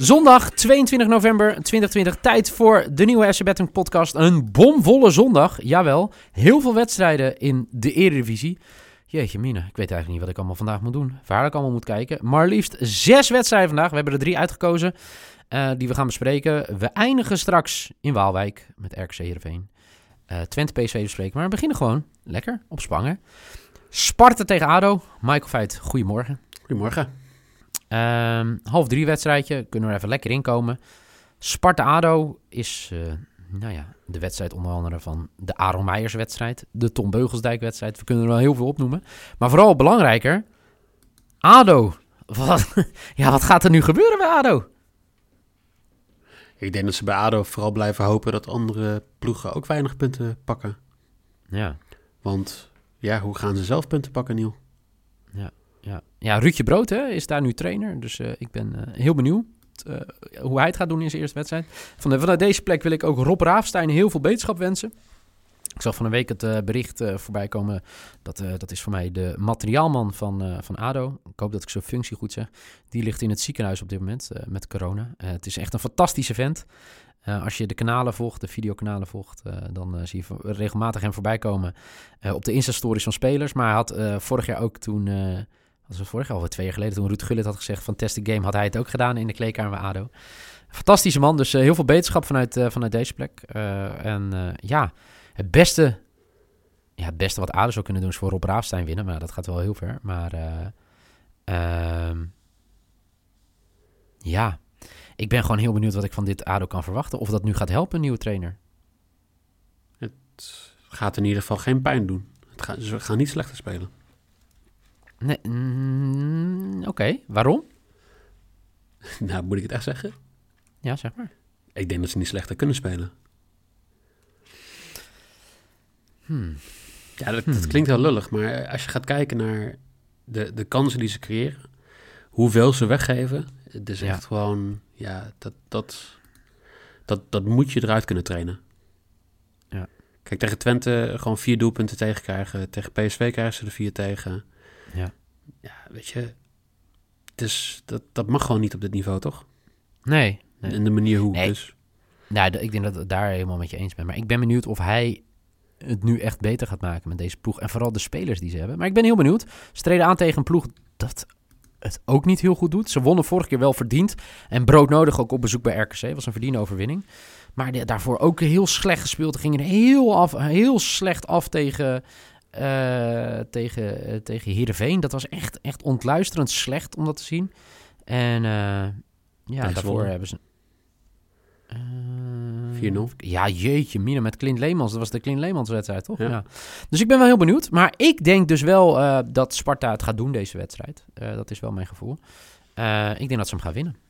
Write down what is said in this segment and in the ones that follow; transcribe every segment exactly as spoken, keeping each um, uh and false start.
Zondag tweeëntwintig november twintig twintig, tijd voor de nieuwe F C Betting podcast. Een bomvolle zondag, jawel. Heel veel wedstrijden in de Eredivisie. Jeetje mine, ik weet eigenlijk niet wat ik allemaal vandaag moet doen. Waar ik allemaal moet kijken. Maar liefst zes wedstrijden vandaag. We hebben er drie uitgekozen uh, die we gaan bespreken. We eindigen straks in Waalwijk met R K C Heerenveen. Uh, Twente P S V bespreken, maar we beginnen gewoon lekker op Spangen. Sparta tegen ADO. Michael Veit, goedemorgen. Goedemorgen. Um, half drie wedstrijdje, kunnen we er even lekker inkomen. Sparta-ADO is uh, nou ja, de wedstrijd onder andere van de Aaron Meijers wedstrijd. De Tom Beugelsdijk wedstrijd. We kunnen er wel heel veel opnoemen. Maar vooral belangrijker, ADO. Wat, ja, wat gaat er nu gebeuren bij ADO? Ik denk dat ze bij ADO vooral blijven hopen dat andere ploegen ook weinig punten pakken. Ja. Want ja, hoe gaan ze zelf punten pakken, Niel? Ja. Ja, ja Ruudje Brood hè, is daar nu trainer. Dus uh, ik ben uh, heel benieuwd uh, hoe hij het gaat doen in zijn eerste wedstrijd. Van de, vanuit deze plek wil ik ook Rob Raafstein heel veel beterschap wensen. Ik zag van een week het uh, bericht uh, voorbij komen. Dat, uh, dat is voor mij de materiaalman van, uh, van ADO. Ik hoop dat ik zijn functie goed zeg. Die ligt in het ziekenhuis op dit moment uh, met corona. Uh, het is echt een fantastische vent. Uh, als je de kanalen volgt, de videokanalen volgt, uh, dan uh, zie je regelmatig hem voorbij komen uh, op de Insta-stories van spelers. Maar hij had uh, vorig jaar ook toen... Uh, Dat was vorig jaar, alweer twee jaar geleden, toen Ruud Gullit had gezegd... Fantastic game, had hij het ook gedaan in de kleedkamer bij ADO. Fantastische man, dus uh, heel veel beterschap vanuit, uh, vanuit deze plek. Uh, en uh, ja, het beste, ja, het beste wat ADO zou kunnen doen... is voor Rob Raafstein winnen, maar dat gaat wel heel ver. Maar uh, uh, ja, ik ben gewoon heel benieuwd wat ik van dit ADO kan verwachten. Of dat nu gaat helpen, een nieuwe trainer. Het gaat in ieder geval geen pijn doen. Het gaat, ze gaan niet slechter spelen. Nee, mm, Oké, okay. Waarom? Nou, moet ik het echt zeggen? Ja, zeg maar. Ik denk dat ze niet slechter kunnen spelen. Hmm. Ja, dat, hmm. dat klinkt heel lullig, maar als je gaat kijken naar de, de kansen die ze creëren, hoeveel ze weggeven, het is echt ja. gewoon, ja, dat, dat, dat, dat moet je eruit kunnen trainen. Ja. Kijk, tegen Twente gewoon vier doelpunten tegenkrijgen, tegen P S V krijgen ze er vier tegen. Ja. Ja, weet je, dus dat, dat mag gewoon niet op dit niveau, toch? Nee. nee. En de manier hoe, nee. dus. Nou, ik denk dat ik daar helemaal met je eens ben. Maar ik ben benieuwd of hij het nu echt beter gaat maken met deze ploeg. En vooral de spelers die ze hebben. Maar ik ben heel benieuwd. Ze treden aan tegen een ploeg dat het ook niet heel goed doet. Ze wonnen vorige keer wel verdiend. En broodnodig ook op bezoek bij R K C. Dat was een verdiende overwinning. Maar de, daarvoor ook heel slecht gespeeld. Gingen er heel, af, heel slecht af tegen... Uh, tegen, uh, tegen Heerenveen. Dat was echt, echt ontluisterend slecht om dat te zien. En uh, ja, Bij daarvoor Zwolle. hebben ze... Uh, vier nul. Ja, jeetje, mina met Clint Leemans. Dat was de Clint Leemans wedstrijd, toch? Ja. Ja. Dus ik ben wel heel benieuwd. Maar ik denk dus wel uh, dat Sparta het gaat doen, deze wedstrijd. Uh, dat is wel mijn gevoel. Uh, ik denk dat ze hem gaan winnen.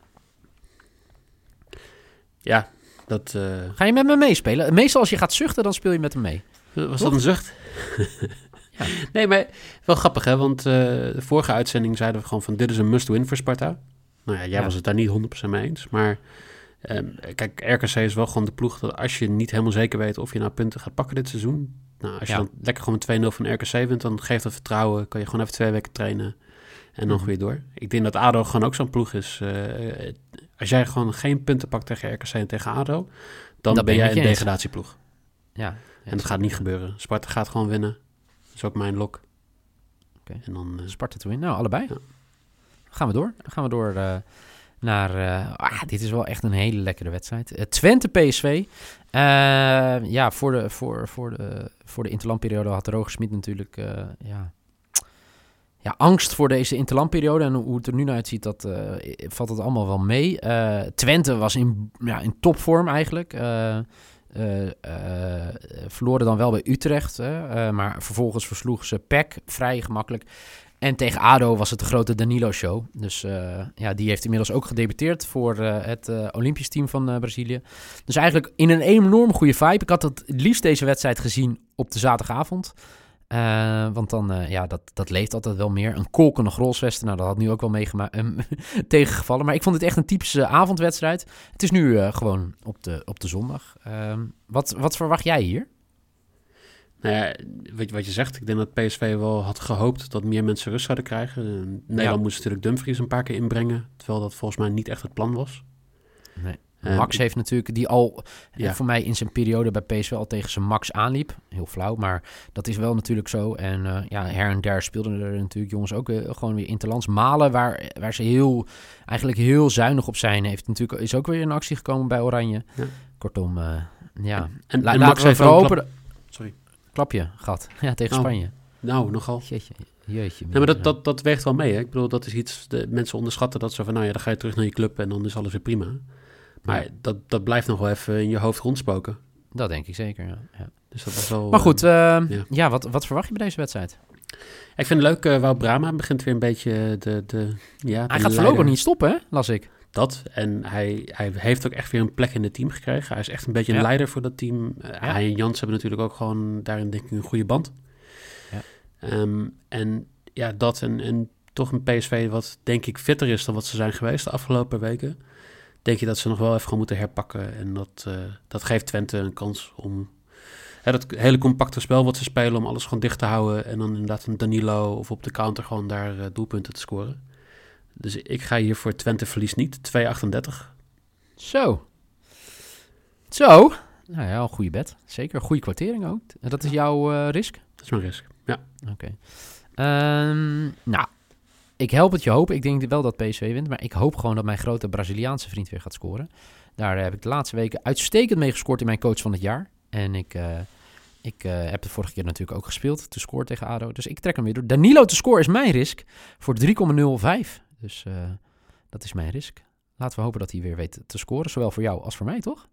Ja, dat... Uh... Ga je met me meespelen? Meestal als je gaat zuchten, dan speel je met hem mee. Was Toch? dat een zucht? Ja. Nee, maar wel grappig, hè? Want uh, de vorige uitzending zeiden we gewoon van... dit is een must-win voor Sparta. Nou ja, jij ja. was het daar niet honderd procent mee eens. Maar um, kijk, R K C is wel gewoon de ploeg... dat als je niet helemaal zeker weet of je nou punten gaat pakken dit seizoen... nou, als je ja. dan lekker gewoon met twee nul van R K C wint... dan geeft dat vertrouwen, kan je gewoon even twee weken trainen... en nog mm. weer door. Ik denk dat ADO gewoon ook zo'n ploeg is. Uh, als jij gewoon geen punten pakt tegen R K C en tegen ADO... dan dat ben jij een eens. degradatieploeg. Ja. En dat gaat niet gebeuren. Sparta gaat gewoon winnen. Dat is ook mijn lok. Okay. En dan uh... Sparta te winnen. Nou, allebei. Ja. Gaan we door. Gaan we door uh, naar... Uh, ah, dit is wel echt een hele lekkere wedstrijd. Uh, Twente P S V. Uh, ja, voor de, voor, voor de, voor de interlandperiode had Roger Smit natuurlijk... Uh, ja, ja, angst voor deze interlandperiode. En hoe het er nu naar uitziet, dat uh, valt het allemaal wel mee. Uh, Twente was in, ja, in topvorm eigenlijk. Uh, Uh, uh, verloren dan wel bij Utrecht, hè, uh, maar vervolgens versloegen ze P E C vrij gemakkelijk. En tegen ADO was het de grote Danilo-show. Dus uh, ja, die heeft inmiddels ook gedebuteerd voor uh, het uh, Olympisch team van uh, Brazilië. Dus eigenlijk in een enorm goede vibe. Ik had het liefst deze wedstrijd gezien op de zaterdagavond. Uh, want dan, uh, ja, dat, dat leeft altijd wel meer. Een kolkende Grolsvesten, nou, dat had nu ook wel meegema- um, tegengevallen. Maar ik vond het echt een typische avondwedstrijd. Het is nu uh, gewoon op de, op de zondag. Um, wat, wat verwacht jij hier? Nou ja, weet je wat je zegt? Ik denk dat P S V wel had gehoopt dat meer mensen rust zouden krijgen. In Nederland ja. moest natuurlijk Dumfries een paar keer inbrengen. Terwijl dat volgens mij niet echt het plan was. Nee. Uh, Max heeft natuurlijk, die al ja. voor mij in zijn periode bij P S V al tegen zijn Max aanliep. Heel flauw, maar dat is wel natuurlijk zo. En uh, ja, her en der speelden er natuurlijk jongens ook uh, gewoon weer interlands. Malen, waar, waar ze heel, eigenlijk heel zuinig op zijn, heeft natuurlijk, is ook weer in actie gekomen bij Oranje. Ja. Kortom, uh, ja. En, La, en laten we vooral hopen... Sorry. Klapje, gat. Ja, tegen nou, Spanje. Nou, nogal. Jeetje, jeetje. Nee, maar dat, dat, dat weegt wel mee. Hè? Ik bedoel, dat is iets... De mensen onderschatten dat zo van... Nou ja, dan ga je terug naar je club en dan is alles weer prima. Maar ja. dat, dat blijft nog wel even in je hoofd rondspoken. Dat denk ik zeker, ja. ja. Dus dat was wel... Maar goed, uh, ja. ja, wat, wat verwacht je bij deze wedstrijd? Ik vind het leuk, uh, Wout Brama begint weer een beetje de... de ja, de hij gaat voorlopig niet stoppen, hè? Las ik. Dat, en hij, hij heeft ook echt weer een plek in het team gekregen. Hij is echt een beetje een ja. leider voor dat team. Uh, ja. Hij en Jans hebben natuurlijk ook gewoon daarin denk ik een goede band. Ja. Um, en ja, dat en, en toch een P S V wat denk ik fitter is dan wat ze zijn geweest de afgelopen weken. Denk je dat ze nog wel even gewoon moeten herpakken. En dat, uh, dat geeft Twente een kans om... Hè, dat hele compacte spel wat ze spelen om alles gewoon dicht te houden. En dan inderdaad een Danilo of op de counter gewoon daar uh, doelpunten te scoren. Dus ik ga hier voor Twente verlies niet. twee achtendertig. Zo. Zo. Nou ja, een goede bet. Zeker. Een goede kwartering ook. Dat is jouw uh, risk? Dat is mijn risk, ja. Oké. Okay. Um, nou, ik help het je hopen. Ik denk wel dat P S V wint. Maar ik hoop gewoon dat mijn grote Braziliaanse vriend weer gaat scoren. Daar heb ik de laatste weken uitstekend mee gescoord in mijn coach van het jaar. En ik... Uh, Ik uh, heb de vorige keer natuurlijk ook gespeeld. Te scoren tegen A D O. Dus ik trek hem weer door. Danilo te scoren is mijn risk. Voor drie komma nul vijf. Dus uh, dat is mijn risk. Laten we hopen dat hij weer weet te scoren. Zowel voor jou als voor mij, toch?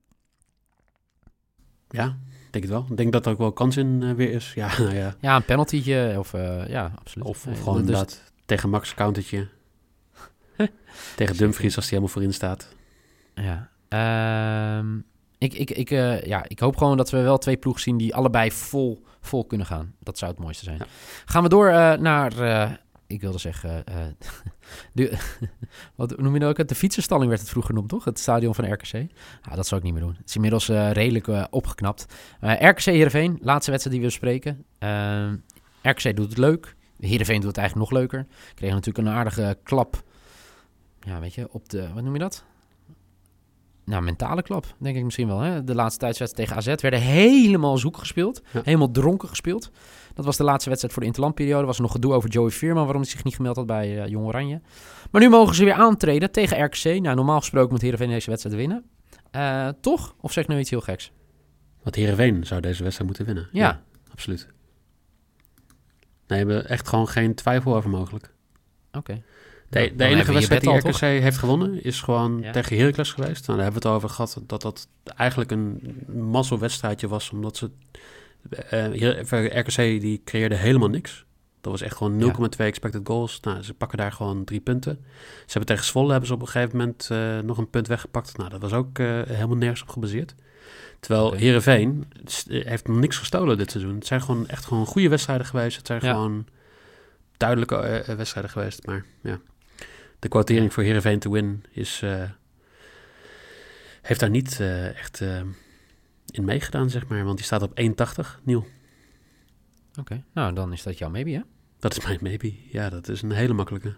Ja, ik denk het wel. Ik denk dat er ook wel kans in uh, weer is. Ja, nou ja. ja, een penaltytje. Of uh, ja, absoluut. Of, of gewoon dus... inderdaad tegen Max countertje. Tegen Dumfries als hij helemaal voorin staat. Ja. Um, ik, ik, ik, uh, ja, ik hoop gewoon dat we wel twee ploegen zien die allebei vol, vol kunnen gaan. Dat zou het mooiste zijn. Ja. Gaan we door uh, naar... Uh, ik wilde zeggen... Uh, de, wat noem je nou ook? De fietsenstalling werd het vroeger genoemd, toch? Het stadion van R K C. Ah, dat zou ik niet meer doen. Het is inmiddels uh, redelijk uh, opgeknapt. Uh, R K C Heerenveen, laatste wedstrijd die we bespreken. Uh, R K C doet het leuk. Heerenveen doet het eigenlijk nog leuker. Kregen natuurlijk een aardige klap. Ja, weet je, op de... Wat noem je dat? Nou, mentale klap, denk ik misschien wel. Hè? De laatste tijdswedstrijd tegen A Z werden helemaal zoek gespeeld. Ja. Helemaal dronken gespeeld. Dat was de laatste wedstrijd voor de interlandperiode. Er was nog gedoe over Joey Veerman, waarom hij zich niet gemeld had bij uh, Jong Oranje. Maar nu mogen ze weer aantreden tegen R K C. Nou, normaal gesproken moet Heerenveen deze wedstrijd winnen. Uh, toch? Of zeg ik nou iets heel geks? Want Heerenveen zou deze wedstrijd moeten winnen. Ja. ja absoluut. Nee, we hebben echt gewoon geen twijfel over mogelijk. Oké. Okay. De, nou, de enige wedstrijd die al, R K C heeft gewonnen is gewoon ja. tegen Heracles geweest. Nou, daar hebben we het over gehad dat dat eigenlijk een mazzelwedstrijdje was. Omdat ze... Uh, R K C die creëerde helemaal niks. Dat was echt gewoon nul komma twee ja. expected goals. Nou, ze pakken daar gewoon drie punten. Ze hebben tegen Zwolle hebben ze op een gegeven moment uh, nog een punt weggepakt. Nou, dat was ook uh, helemaal nergens op gebaseerd. Terwijl okay. Heerenveen heeft nog niks gestolen dit seizoen. Het zijn gewoon echt gewoon goede wedstrijden geweest. Het zijn ja. gewoon duidelijke uh, wedstrijden geweest. Maar ja, de quotering voor Heerenveen to win is, uh, heeft daar niet uh, echt uh, in meegedaan, zeg maar. Want die staat op één tachtig, Niel. Oké, okay. Nou dan is dat jouw maybe, hè? Dat is mijn maybe. Ja, dat is een hele makkelijke.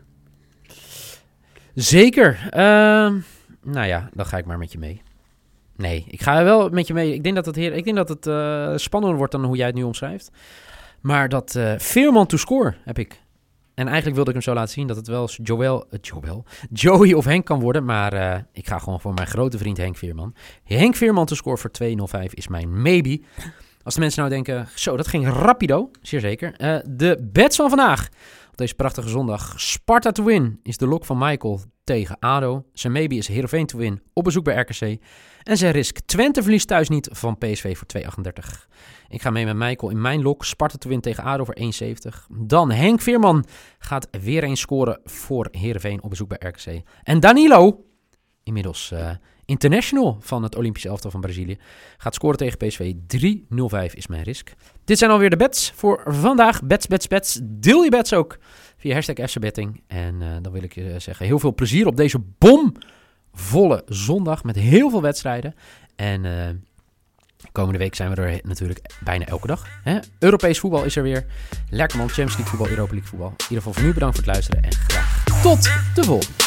Zeker. Uh, nou ja, dan ga ik maar met je mee. Nee, ik ga wel met je mee. Ik denk dat het, heer, ik denk dat het uh, spannender wordt dan hoe jij het nu omschrijft. Maar dat uh, Veerman to score heb ik. En eigenlijk wilde ik hem zo laten zien dat het wel Joel, uh, Joel, Joey of Henk kan worden. Maar uh, ik ga gewoon voor mijn grote vriend Henk Veerman. Henk Veerman to score voor twee nul vijf is mijn maybe. Als de mensen nou denken, zo, dat ging rapido. Zeer zeker. Uh, de bets van vandaag. Op deze prachtige zondag. Sparta to win is de lock van Michael tegen A D O. Zijn maybe is Heerenveen to win op bezoek bij R K C. En zijn risk Twente verliest thuis niet van P S V voor twee achtendertig. Ik ga mee met Michael in mijn lok. Sparta to win tegen A D O voor één zeventig. Dan Henk Veerman gaat weer eens scoren voor Heerenveen op bezoek bij R K C. En Danilo, inmiddels uh, international van het Olympische elftal van Brazilië, gaat scoren tegen P S V. drie nul vijf is mijn risk. Dit zijn alweer de bets voor vandaag. Bets, bets, bets. Deel je bets ook via hashtag F C Betting. En uh, dan wil ik je zeggen, heel veel plezier op deze bomvolle zondag met heel veel wedstrijden. En uh, komende week zijn we er natuurlijk bijna elke dag. Hè? Europees voetbal is er weer. Lekker man, Champions League voetbal, Europa League voetbal. In ieder geval voor nu bedankt voor het luisteren en graag tot de volgende.